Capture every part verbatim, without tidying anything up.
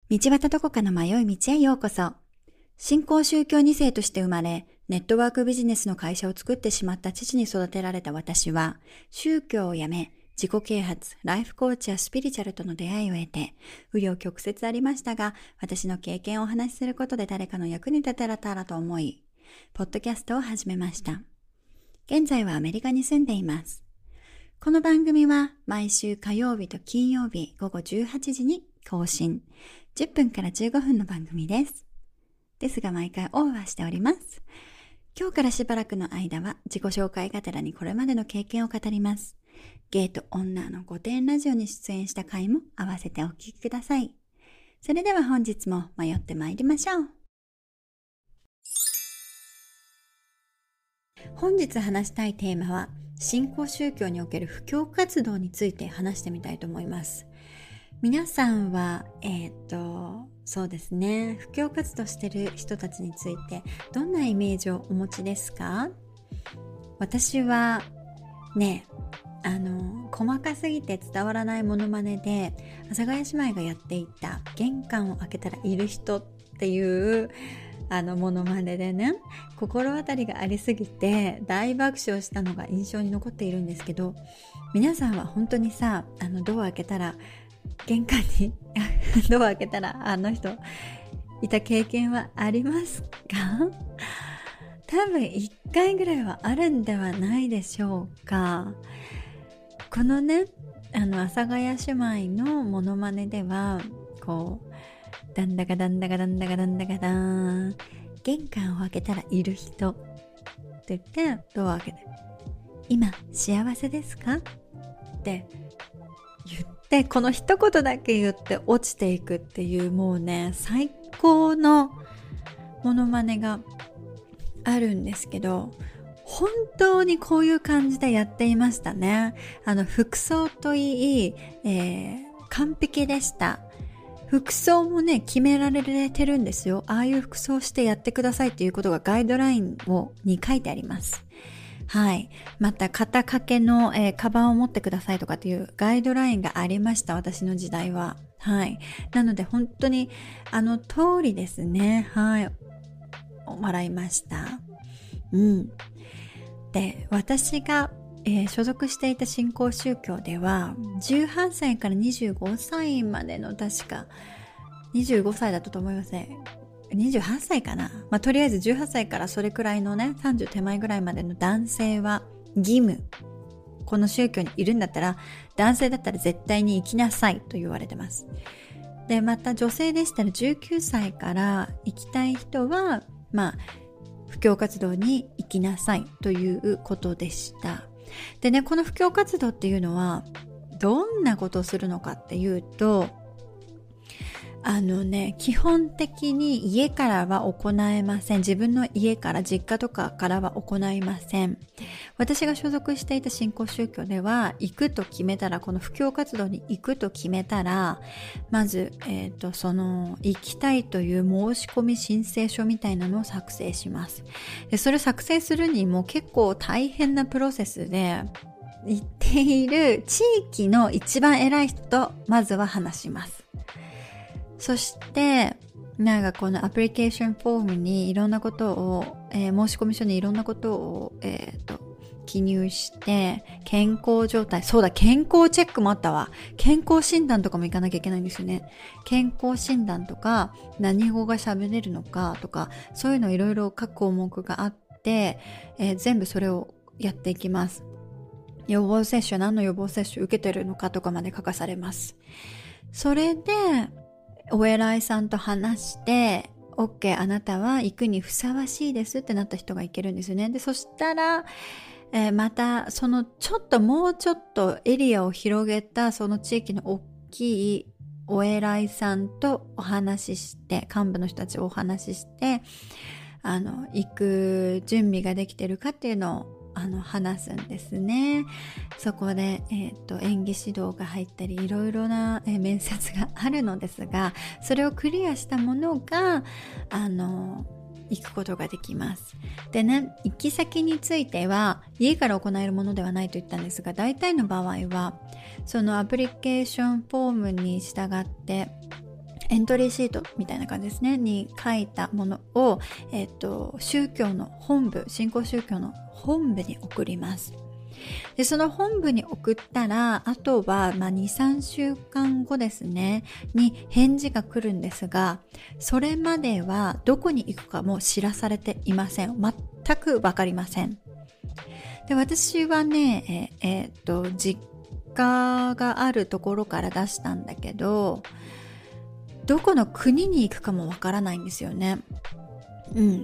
道端どこかの迷い道へようこそ。新興宗教に世として生まれ、ネットワークビジネスの会社を作ってしまった父に育てられた私は、宗教をやめ、自己啓発、ライフコーチやスピリチュアルとの出会いを得て、紆余曲折ありましたが、私の経験をお話しすることで誰かの役に立てられたらと思い、ポッドキャストを始めました。現在はアメリカに住んでいます。この番組は毎週火曜日と金曜日午後じゅうはちじに更新。じゅっぷんからじゅうごふんの番組です。ですが毎回オーバーしております。今日からしばらくの間は自己紹介がてらにこれまでの経験を語ります。ゲイと女の御殿ラジオに出演した回も合わせてお聞きください。それでは本日も迷ってまいりましょう。本日話したいテーマは新興宗教における布教活動について話してみたいと思います。皆さんは、えっと、そうですね、布教活動している人たちについてどんなイメージをお持ちですか？私はね、あの、細かすぎて伝わらないモノマネで、阿佐ヶ谷姉妹がやっていた玄関を開けたらいる人っていうあのモノマネでね、心当たりがありすぎて大爆笑したのが印象に残っているんですけど、皆さんは本当にさ、あのドア開けたら玄関にドア開けたらあの人いた経験はありますか？多分いっかいぐらいはあるんではないでしょうか。このね、あの阿佐ヶ谷姉妹のモノマネではこうだんだかだんだかだんだかだんだかだーん、玄関を開けたらいる人って言ってドアを開けて、今幸せですかって言って、この一言だけ言って落ちていくっていう、もうね最高のモノマネがあるんですけど、本当にこういう感じでやっていましたね。あの服装といい、えー、完璧でした。服装もね決められてるんですよ。ああいう服装してやってくださいっていうことがガイドラインをに書いてあります。はい。また肩掛けの、えー、カバンを持ってくださいとかっていうガイドラインがありました、私の時代は。はい。なので本当にあの通りですね。はい。笑いました。うん。で、私が、えー、所属していた新興宗教ではじゅうはっさいからにじゅうごさいまでの、確かにじゅうごさいだったと思いますね。にじゅうはっさいかな、まあ、とりあえずじゅうはっさいからそれくらいのねさんじゅう手前ぐらいまでの男性は義務、この宗教にいるんだったら男性だったら絶対に生きなさいと言われてます。でまた女性でしたらじゅうきゅうさいから生きたい人はまあ布教活動に行きなさいということでした。でね、この布教活動っていうのはどんなことをするのかっていうと、あのね、基本的に家からは行えません。自分の家から実家とかからは行いません。私が所属していた新興宗教では、行くと決めたら、この布教活動に行くと決めたら、まず、えっと、その行きたいという申し込み申請書みたいなのを作成します。で、それを作成するにも結構大変なプロセスで、行っている地域の一番偉い人とまずは話します。そしてなんかこのアプリケーションフォームにいろんなことを、えー、申し込み書にいろんなことを、えー、と記入して、健康状態、そうだ、健康チェックもあったわ。健康診断とかも行かなきゃいけないんですよね。健康診断とか何語が喋れるのかとか、そういうのいろいろ各項目があって、えー、全部それをやっていきます。予防接種、何の予防接種受けてるのかとかまで書かされます。それでお偉いさんと話して OK、 あなたは行くにふさわしいですってなった人が行けるんですよね。でそしたら、えー、またそのちょっともうちょっとエリアを広げたその地域の大きいお偉いさんとお話しして、幹部の人たちをお話しして、あの行く準備ができてるかっていうのをあの話すんですね。そこで、えーと、演技指導が入ったりいろいろな、えー、面接があるのですが、それをクリアしたものがあの行くことができます。でね、行き先については家から行えるものではないと言ったんですが、大体の場合はそのアプリケーションフォームに従ってエントリーシートみたいな感じですねに書いたものを、えっと、宗教の本部、新興宗教の本部に送ります。でその本部に送ったら、あとは、まあ、にさんしゅうかんごですねに返事が来るんですが、それまではどこに行くかも知らされていません。全くわかりません。で私はねええー、っと実家があるところから出したんだけど、どこの国に行くかもわからないんですよね。うん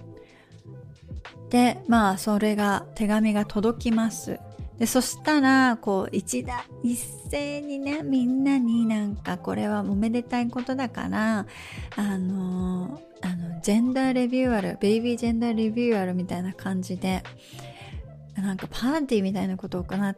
で、まあ、それが、手紙が届きます。で、そしたら、こう、一打一斉にね、みんなになんか、これはおめでたいことだから、あの、あの、ジェンダーレビューアル、ベイビージェンダーレビューアルみたいな感じで、なんかパーティーみたいなことを行って、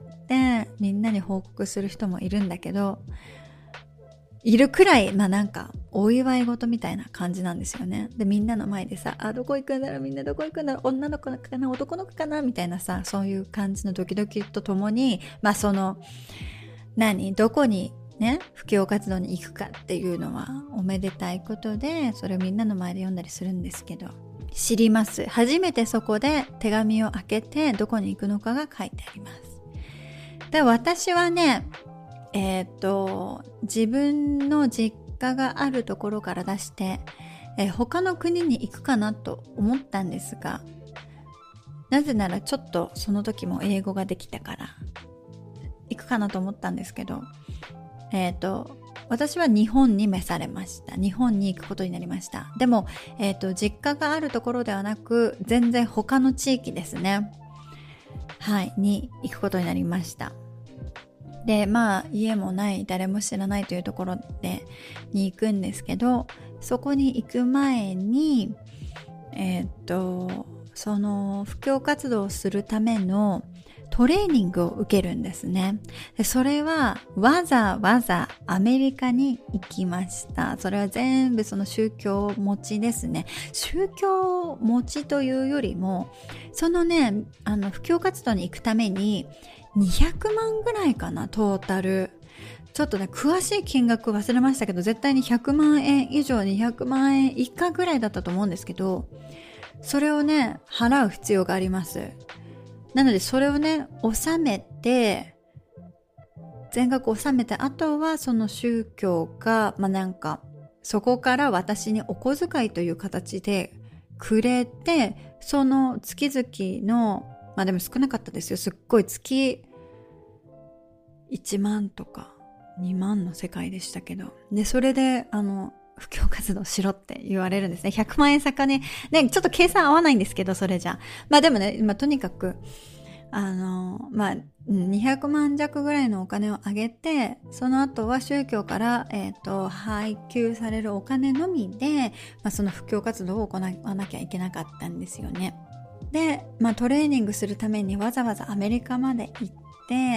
みんなに報告する人もいるんだけど、いるくらい、まあなんか、お祝い事みたいな感じなんですよね。で、みんなの前でさ、あ、どこ行くんだろう、みんなどこ行くんだろう、女の子かな、男の子かな、みたいなさ、そういう感じのドキドキとともに、まあその、何、どこにね、布教活動に行くかっていうのはおめでたいことで、それをみんなの前で読んだりするんですけど、知ります。初めてそこで手紙を開けて、どこに行くのかが書いてあります。で、私はね、えっと、自分の実家があるところから出して、えー、他の国に行くかなと思ったんですが、なぜならちょっとその時も英語ができたから行くかなと思ったんですけど、えっと、私は日本に召されました。日本に行くことになりました。でも、えっと、実家があるところではなく、全然他の地域ですね。はい、に行くことになりました。で、まあ、家もない、誰も知らないというところで、に行くんですけど、そこに行く前に、えー、っと、その、布教活動をするためのトレーニングを受けるんですね。で、それは、わざわざアメリカに行きました。それは全部その宗教持ちですね。宗教持ちというよりも、そのね、あの、布教活動に行くために、にひゃくまんぐらいかな、トータル。ちょっとね、詳しい金額忘れましたけど、絶対にひゃくまんえん以上、にひゃくまんえん以下ぐらいだったと思うんですけど、それをね、払う必要があります。なので、それをね、納めて、全額納めて、あとはその宗教が、まあ、なんか、そこから私にお小遣いという形でくれて、その月々の、まあでも少なかったですよ。すっごい月いちまんとかにまんの世界でしたけど。で、それで、あの、布教活動しろって言われるんですね。ひゃくまんえん差かね、ね、ちょっと計算合わないんですけど、それじゃ。まあでもね、まあとにかく、あの、まあ、にひゃくまん弱ぐらいのお金をあげて、その後は宗教から、えっと、配給されるお金のみで、まあその布教活動を行わなきゃいけなかったんですよね。で、まあトレーニングするためにわざわざアメリカまで行って、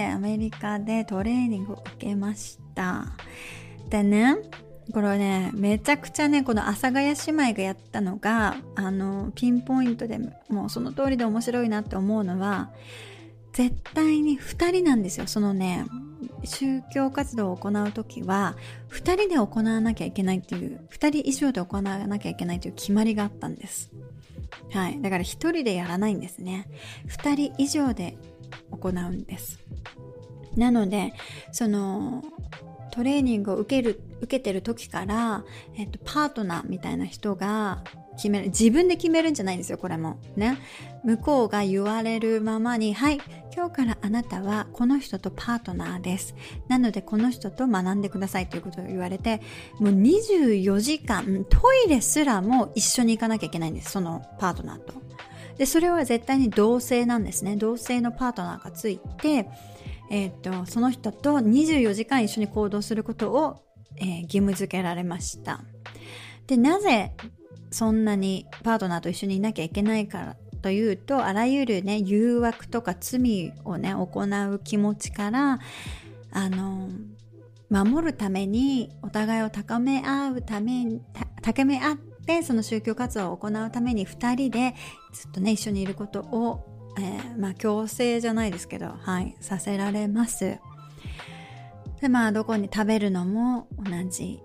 アメリカでトレーニングを受けました。でね、これはね、めちゃくちゃね、この阿佐ヶ谷姉妹がやったのが、あの、ピンポイントでもうその通りで面白いなって思うのは、絶対にふたりなんですよ。そのね、宗教活動を行うときは、ふたりで行わなきゃいけないっていう、ふたり以上で行わなきゃいけないという決まりがあったんです。はい。だからひとりでやらないんですね。ふたり以上で行うんです。なので、その、トレーニングを受ける、受けてる時から、えっと、パートナーみたいな人が決める。自分で決めるんじゃないんですよ、これも。ね。向こうが言われるままに、はい、今日からあなたはこの人とパートナーです。なので、この人と学んでくださいということを言われて、もうにじゅうよじかん、トイレすらも一緒に行かなきゃいけないんです、そのパートナーと。で、それは絶対に同性なんですね。同性のパートナーがついて、えっと、その人とにじゅうよじかん一緒に行動することを、えー、義務付けられました。で、なぜそんなにパートナーと一緒にいなきゃいけないかというと、あらゆるね、誘惑とか罪をね、行う気持ちから、あの、守るために、お互いを高め合うために、高め合って、その宗教活動を行うために二人でずっとね、一緒にいることをえー、まあ強制じゃないですけど、はい、させられます。で、まあどこに食べるのも同じ。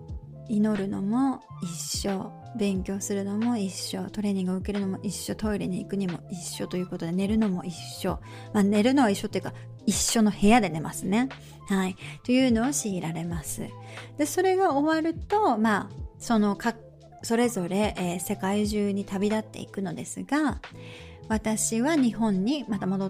祈るのも一緒、勉強するのも一緒、トレーニングを受けるのも一緒、トイレに行くにも一緒ということで、寝るのも一緒、まあ、寝るのは一緒っていうか一緒の部屋で寝ますね、はい、というのを強いられます。でそれが終わると、まあそのかそれぞれ、えー、世界中に旅立っていくのですが、私は日本にまた戻って、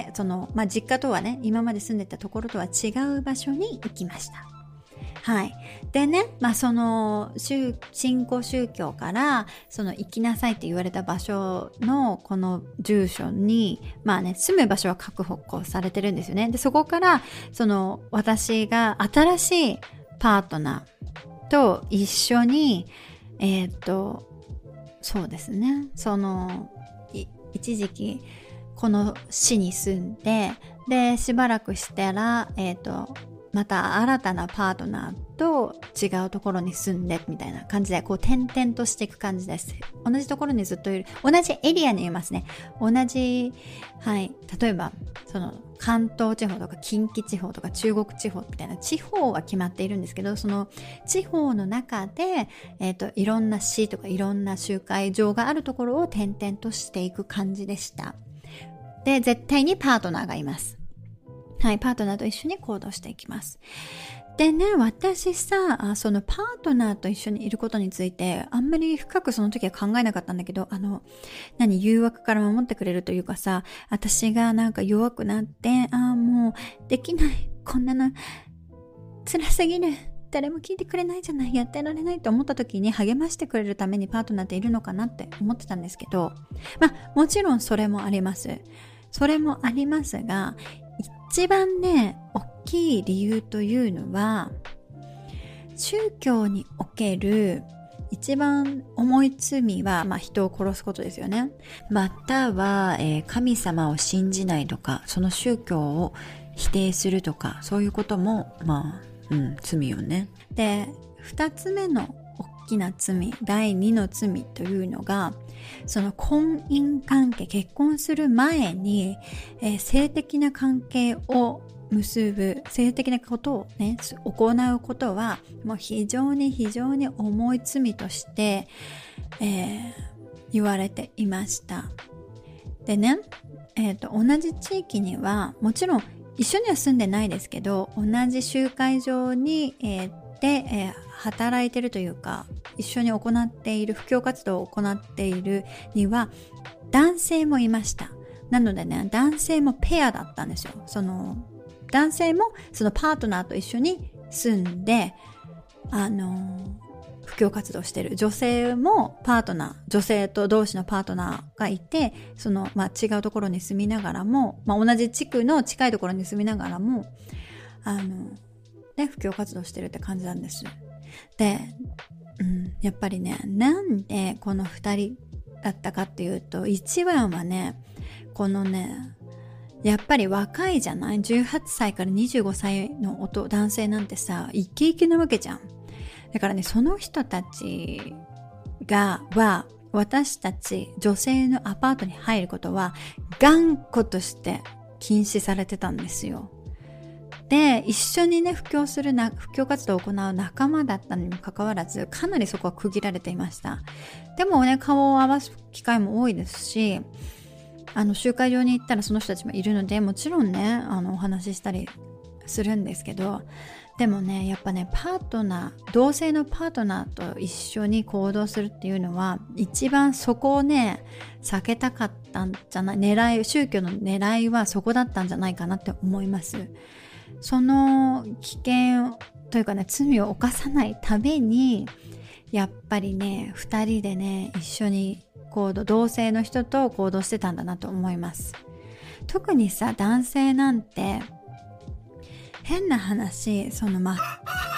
その、まあ、実家とはね、今まで住んでたところとは違う場所に行きました。はい。でね、まあ、その、新興宗教から、その、行きなさいって言われた場所の、この住所に、まあね、住む場所は確保されてるんですよね。で、そこから、その、私が新しいパートナーと一緒に、えーっと、そうですね、その、一時期この市に住んで、でしばらくしたら、えーと、また新たなパートナーと違うところに住んでみたいな感じで、こう転々としていく感じです。同じところにずっといる、同じエリアにいますね。同じ、はい、例えばその関東地方とか近畿地方とか中国地方みたいな地方は決まっているんですけど、その地方の中で、えーと、いろんな市とかいろんな集会場があるところを転々としていく感じでした。で、絶対にパートナーがいます。はい、パートナーと一緒に行動していきます。でね、私さ、そのパートナーと一緒にいることについてあんまり深くその時は考えなかったんだけど、あの何誘惑から守ってくれるというかさ、私がなんか弱くなって、ああもうできない、こんなの辛すぎる、誰も聞いてくれないじゃない、やってられないと思った時に励ましてくれるためにパートナーっているのかなって思ってたんですけど、まあもちろんそれもあります。それもありますが、一番ね、大きい理由というのは、宗教における一番重い罪は、まあ、人を殺すことですよね。または、えー、神様を信じないとか、その宗教を否定するとか、そういうことも、まあ、うん、罪よね。で、二つ目の大きな罪、第二の罪というのが、その婚姻関係、結婚する前に、えー、性的な関係を結ぶ、性的なことをね、行うことはもう非常に非常に重い罪として、えー、言われていました。でね、えーと、同じ地域にはもちろん一緒には住んでないですけど、同じ集会場に、えー、で、えー、働いてるというか、一緒に行っている布教活動を行っているには男性もいました。なのでね、男性もペアだったんですよ。その男性もそのパートナーと一緒に住んで、あの布教活動してる。女性もパートナー、女性と同士のパートナーがいて、その、まあ、違うところに住みながらも、まあ、同じ地区の近いところに住みながらも、あのね、布教活動してるって感じなんです。で、うん、やっぱりね、なんでこの二人だったかっていうと、一番はね、このね、やっぱり若いじゃない？ じゅうはっさいからにじゅうごさいの男性なんてさ、イケイケなわけじゃん。だからね、その人たちが、は、私たち女性のアパートに入ることは頑固として禁止されてたんですよ。で、一緒にね、布教するな、布教活動を行う仲間だったのにもかかわらず、かなりそこは区切られていました。でもね、顔を合わす機会も多いですし、あの、集会場に行ったらその人たちもいるので、もちろんね、あの、お話ししたりするんですけど、でもね、やっぱね、パートナー、同性のパートナーと一緒に行動するっていうのは、一番そこをね、避けたかったんじゃない、狙い、宗教の狙いはそこだったんじゃないかなって思います。その危険というかね、罪を犯さないために、やっぱりね、二人でね、一緒に行動、同性の人と行動してたんだなと思います。特にさ、男性なんて、変な話、そのま、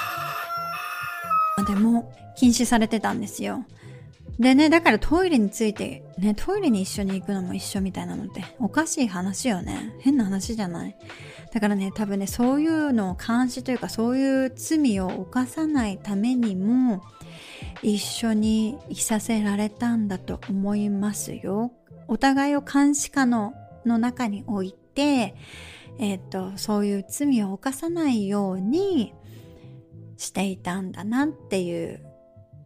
でも禁止されてたんですよ。でね、だからトイレについて、ね、トイレに一緒に行くのも一緒みたいなのっておかしい話よね。変な話じゃない。だからね、多分ね、そういうのを監視というか、そういう罪を犯さないためにも、一緒にいさせられたんだと思いますよ。お互いを監視下の、の中に置いて、えっと、そういう罪を犯さないようにしていたんだなっていう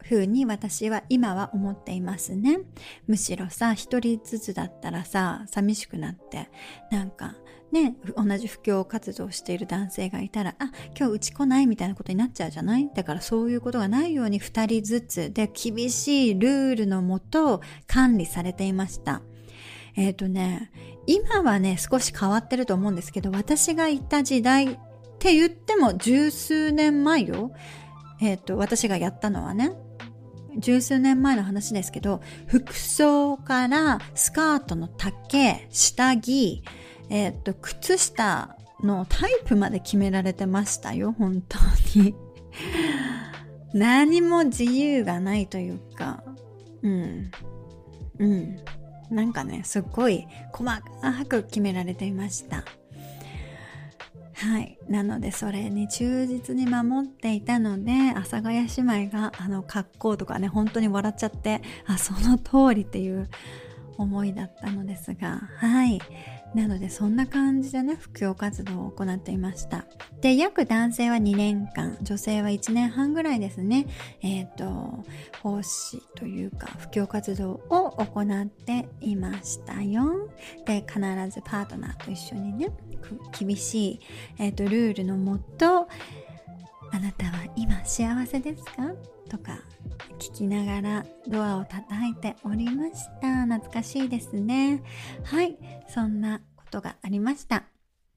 ふうに私は今は思っていますね。むしろさ、一人ずつだったらさ、寂しくなって、なんかね、同じ布教活動をしている男性がいたら、あ、今日うち来ないみたいなことになっちゃうじゃない？だからそういうことがないように二人ずつで厳しいルールのもと管理されていました。えっとね、今はね、少し変わってると思うんですけど、私がいた時代って言っても十数年前よ。えっと、私がやったのはね。十数年前の話ですけど、服装からスカートの丈、下着、えっと、靴下のタイプまで決められてましたよ、本当に。何も自由がないというか、うん。うん。なんかね、すっごい細かく決められていました。はい。なので、それに忠実に守っていたので、阿佐ヶ谷姉妹があの格好とかね、本当に笑っちゃって、あ、その通りっていう思いだったのですが、はい。なので、そんな感じでね、布教活動を行っていました。で、約男性はにねんかん、女性はいちねんはんぐらいですね、えっと、奉仕というか、布教活動を行っていましたよ。で、必ずパートナーと一緒にね、厳しい、えっと、ルールのもと、あなたは今幸せですか？とか聞きながらドアを叩いておりました。懐かしいですね。はい、そんなことがありました。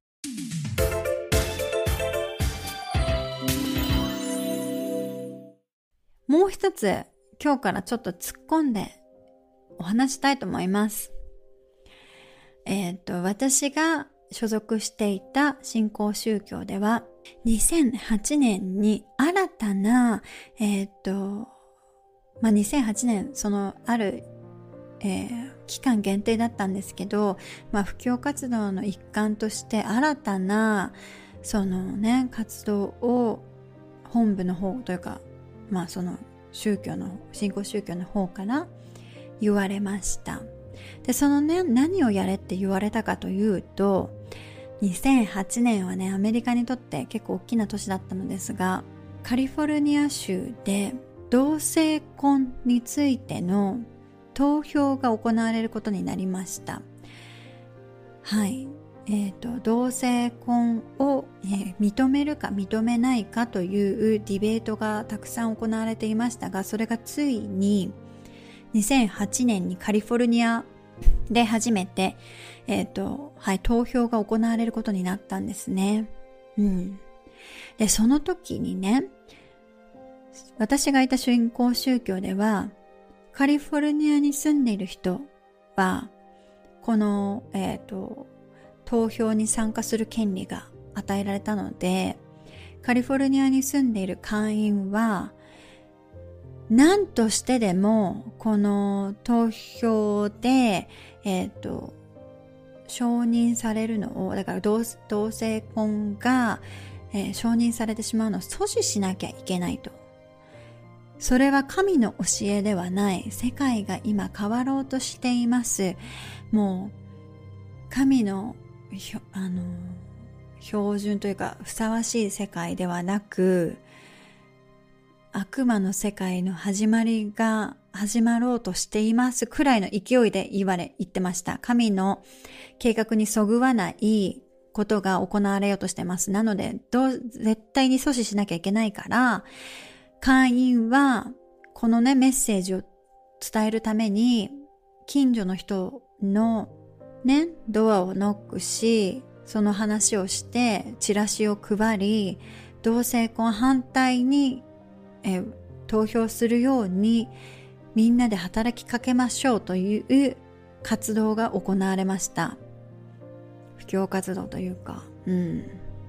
もう一つ、今日からちょっと突っ込んでお話したいと思います。えっと、私が所属していた新興宗教では、にせんはちねんに新たな、えっと、まあ、にせんはちねん、そのある、えー、期間限定だったんですけど、まあ、布教活動の一環として新たな、そのね、活動を本部の方というか、まあその宗教の、新興宗教の方から言われました。で、そのね、何をやれって言われたかというと、にせんはちねんはね、アメリカにとって結構大きな年だったのですが、カリフォルニア州で同性婚についての投票が行われることになりました。はい。えっと、同性婚を、えー、認めるか認めないかというディベートがたくさん行われていましたが、それがついににせんはちねんにカリフォルニアで初めて、えっと、はい、投票が行われることになったんですね。うん。で、その時にね、私がいた新興宗教では、カリフォルニアに住んでいる人は、この、えっと、投票に参加する権利が与えられたので、カリフォルニアに住んでいる会員は、何としてでも、この投票で、えっと、承認されるのを、だから同、同性婚が、えー、承認されてしまうのを阻止しなきゃいけないと。それは神の教えではない。世界が今変わろうとしています。もう、神の、あの、標準というか、ふさわしい世界ではなく、悪魔の世界の始まりが始まろうとしていますくらいの勢いで言われ、言ってました。神の計画にそぐわないことが行われようとしてます。なので、どう、絶対に阻止しなきゃいけないから、会員はこのね、メッセージを伝えるために、近所の人のね、ドアをノックし、その話をして、チラシを配り、同性婚反対にえ投票するようにみんなで働きかけましょうという活動が行われました。布教活動というか、うん。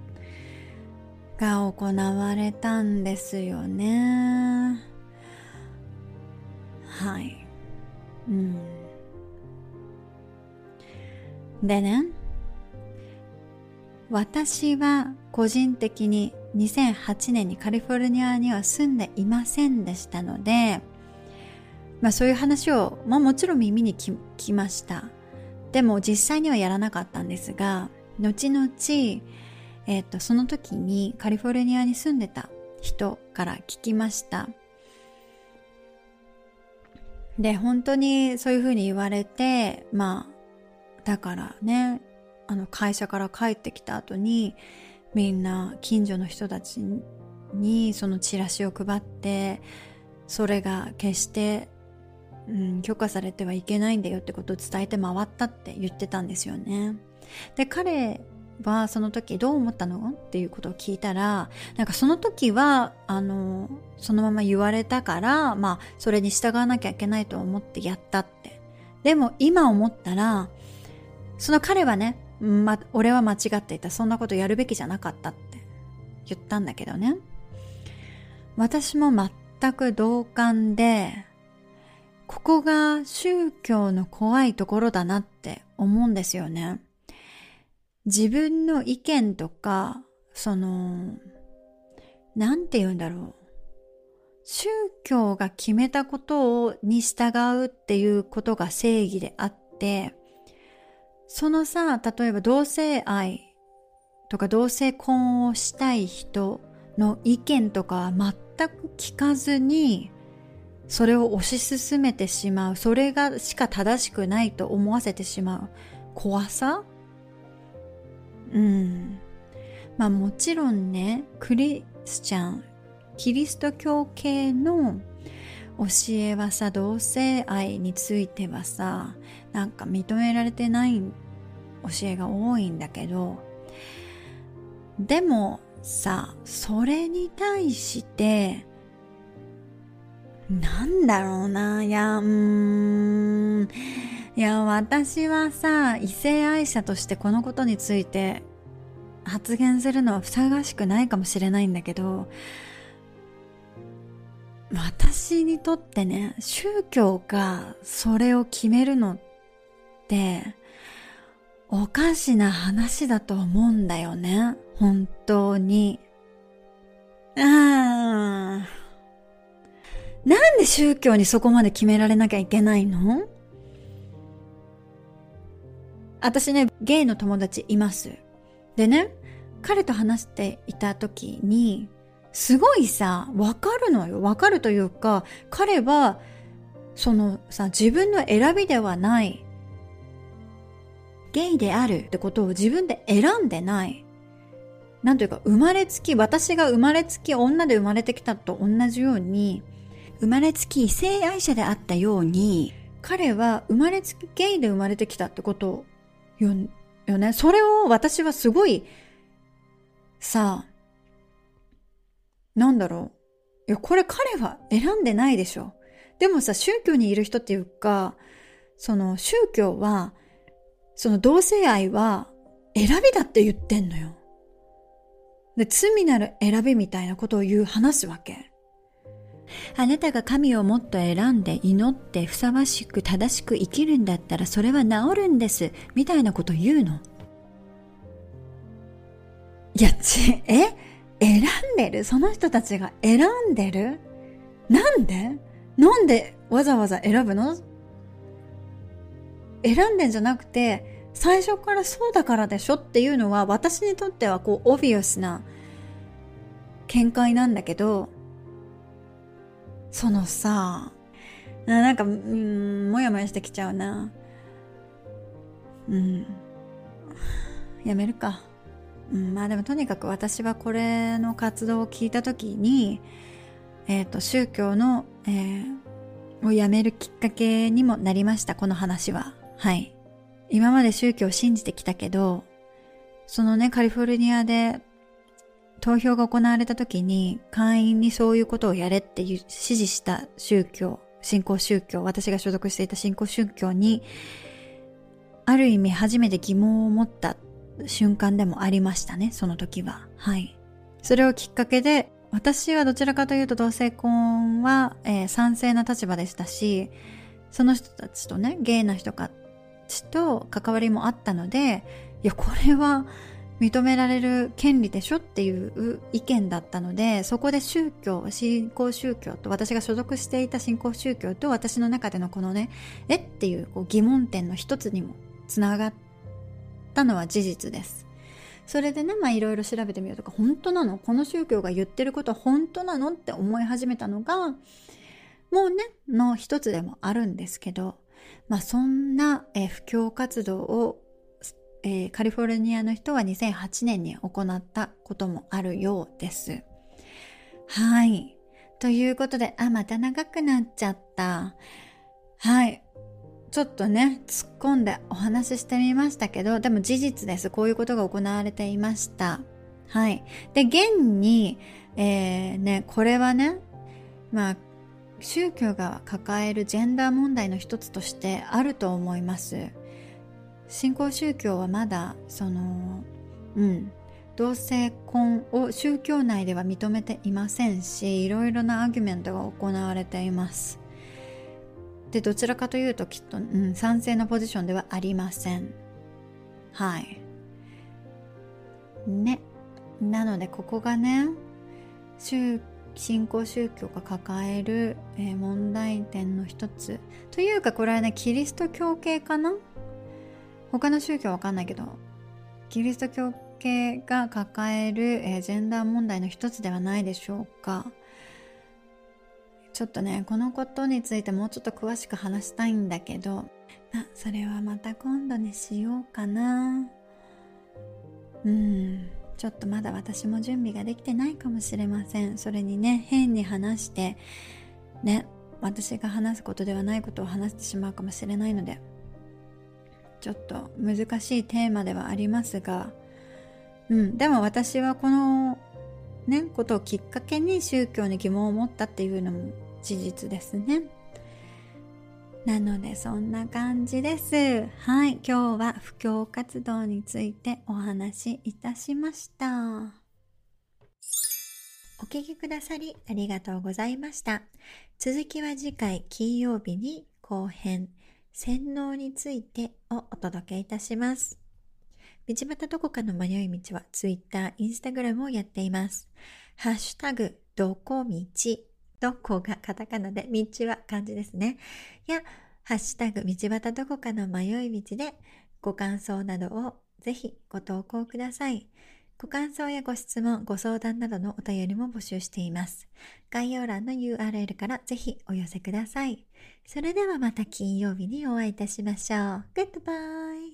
が行われたんですよね。はい。うん。でね、私は個人的ににせんはちねんにカリフォルニアには住んでいませんでしたので、まあそういう話を、まあもちろん耳にききました。でも実際にはやらなかったんですが、後々、えっと、その時にカリフォルニアに住んでた人から聞きました。 で、本当にそういう風に言われて、まあ、だからね、あの会社から帰ってきた後に、みんな近所の人たちにそのチラシを配って、それが決して、うん、許可されてはいけないんだよってことを伝えて回ったって言ってたんですよね。で、彼はその時どう思ったのっていうことを聞いたら、なんかその時はあのそのまま言われたから、まあそれに従わなきゃいけないと思ってやったって。でも今思ったら、その彼はね、ま、俺は間違っていた、そんなことやるべきじゃなかったって言ったんだけどね、私も全く同感で、ここが宗教の怖いところだなって思うんですよね。自分の意見とか、その、なんて言うんだろう。宗教が決めたことをに従うっていうことが正義であって、そのさ、例えば同性愛とか同性婚をしたい人の意見とかは全く聞かずに、それを推し進めてしまう、それがしか正しくないと思わせてしまう怖さ。うん。まあもちろんね、クリスチャン、キリスト教系の教えはさ、同性愛についてはさ、なんか認められてない教えが多いんだけど、でもさ、それに対してなんだろうな、いや、うーん、いや、私はさ、異性愛者としてこのことについて発言するのはふさわしくないかもしれないんだけど、私にとってね、宗教がそれを決めるのっておかしな話だと思うんだよね、本当に。あーなんで宗教にそこまで決められなきゃいけないの？私ね、ゲイの友達います。でね、彼と話していた時に、すごいさ、わかるのよ。わかるというか、彼は、そのさ、自分の選びではない、ゲイであるってことを自分で選んでない。なんというか、生まれつき、私が生まれつき女で生まれてきたと同じように、生まれつき異性愛者であったように、彼は生まれつきゲイで生まれてきたってことよ、よね。それを私はすごい、さあ、なんだろう。いや、これ彼は選んでないでしょ。でもさ、宗教にいる人っていうか、その宗教は、その同性愛は選びだって言ってんのよ。で、罪なる選びみたいなことを言う、話すわけ。あなたが神をもっと選んで祈ってふさわしく正しく生きるんだったらそれは治るんですみたいなこと言うの。いやちえ選んでる、その人たちが選んでる。なんでなんでわざわざ選ぶの？選んでんじゃなくて最初からそうだからでしょっていうのは、私にとってはこうオビアスな見解なんだけど、そのさ、なんか、うん、もやもやしてきちゃうな。うん。やめるか。うん、まあでもとにかく私はこれの活動を聞いたときに、えっと、宗教の、えー、をやめるきっかけにもなりました、この話は。はい。今まで宗教を信じてきたけど、そのね、カリフォルニアで投票が行われた時に会員にそういうことをやれっていう指示した宗教、新興宗教、私が所属していた新興宗教にある意味初めて疑問を持った瞬間でもありましたね、その時は。はい。それをきっかけで、私はどちらかというと同性婚は、えー、賛成な立場でしたし、その人たちとね、ゲイな人たちと関わりもあったので、いやこれは認められる権利でしょっていう意見だったので、そこで宗教、新興宗教と、私が所属していた新興宗教と私の中でのこのね、えっていう、こう疑問点の一つにもつながったのは事実です。それでね、まあいろいろ調べてみようとか、本当なの？この宗教が言ってることは本当なのって思い始めたのが、 もうね、の一つでもあるんですけど、まあそんな、えー布教活動を、えーカリフォルニアの人はにせんはちねんに行ったこともあるようです。はい。ということで、あ、また長くなっちゃった。はい。ちょっとね、突っ込んでお話ししてみましたけど、でも事実です。こういうことが行われていました。はい。で、現に、えー、ね、これはね、まあ、宗教が抱えるジェンダー問題の一つとしてあると思います。新興宗教はまだ、その、うん、同性婚を宗教内では認めていませんし、いろいろなアーギュメントが行われています。で、どちらかというときっと、うん、賛成のポジションではありません。はい。ね。なので、ここがね、宗新興宗教が抱える、えー問題点の一つ。というか、これはね、キリスト教系かな？他の宗教はわかんないけど、キリスト教系が抱える、えージェンダー問題の一つではないでしょうか。ちょっとね、このことについてもうちょっと詳しく話したいんだけど、あ、それはまた今度にしようかな。うん、ちょっとまだ私も準備ができてないかもしれません。それにね、変に話して、ね、私が話すことではないことを話してしまうかもしれないので、ちょっと難しいテーマではありますが、うん、でも私はこのね、ことをきっかけに宗教に疑問を持ったっていうのも事実ですね。なのでそんな感じです。はい、今日は布教活動についてお話しいたしました。お聞きくださりありがとうございました。続きは次回金曜日に後編洗脳についてをお届けいたします。道端どこかの迷い道は Twitter、Instagram をやっています。ハッシュタグどこ道、どこがカタカナで道は漢字ですね。やハッシュタグ道端どこかの迷い道でご感想などをぜひご投稿ください。ご感想やご質問、ご相談などのお便りも募集しています。概要欄の ユーアールエル からぜひお寄せください。それではまた金曜日にお会いいたしましょう。グッドバイ。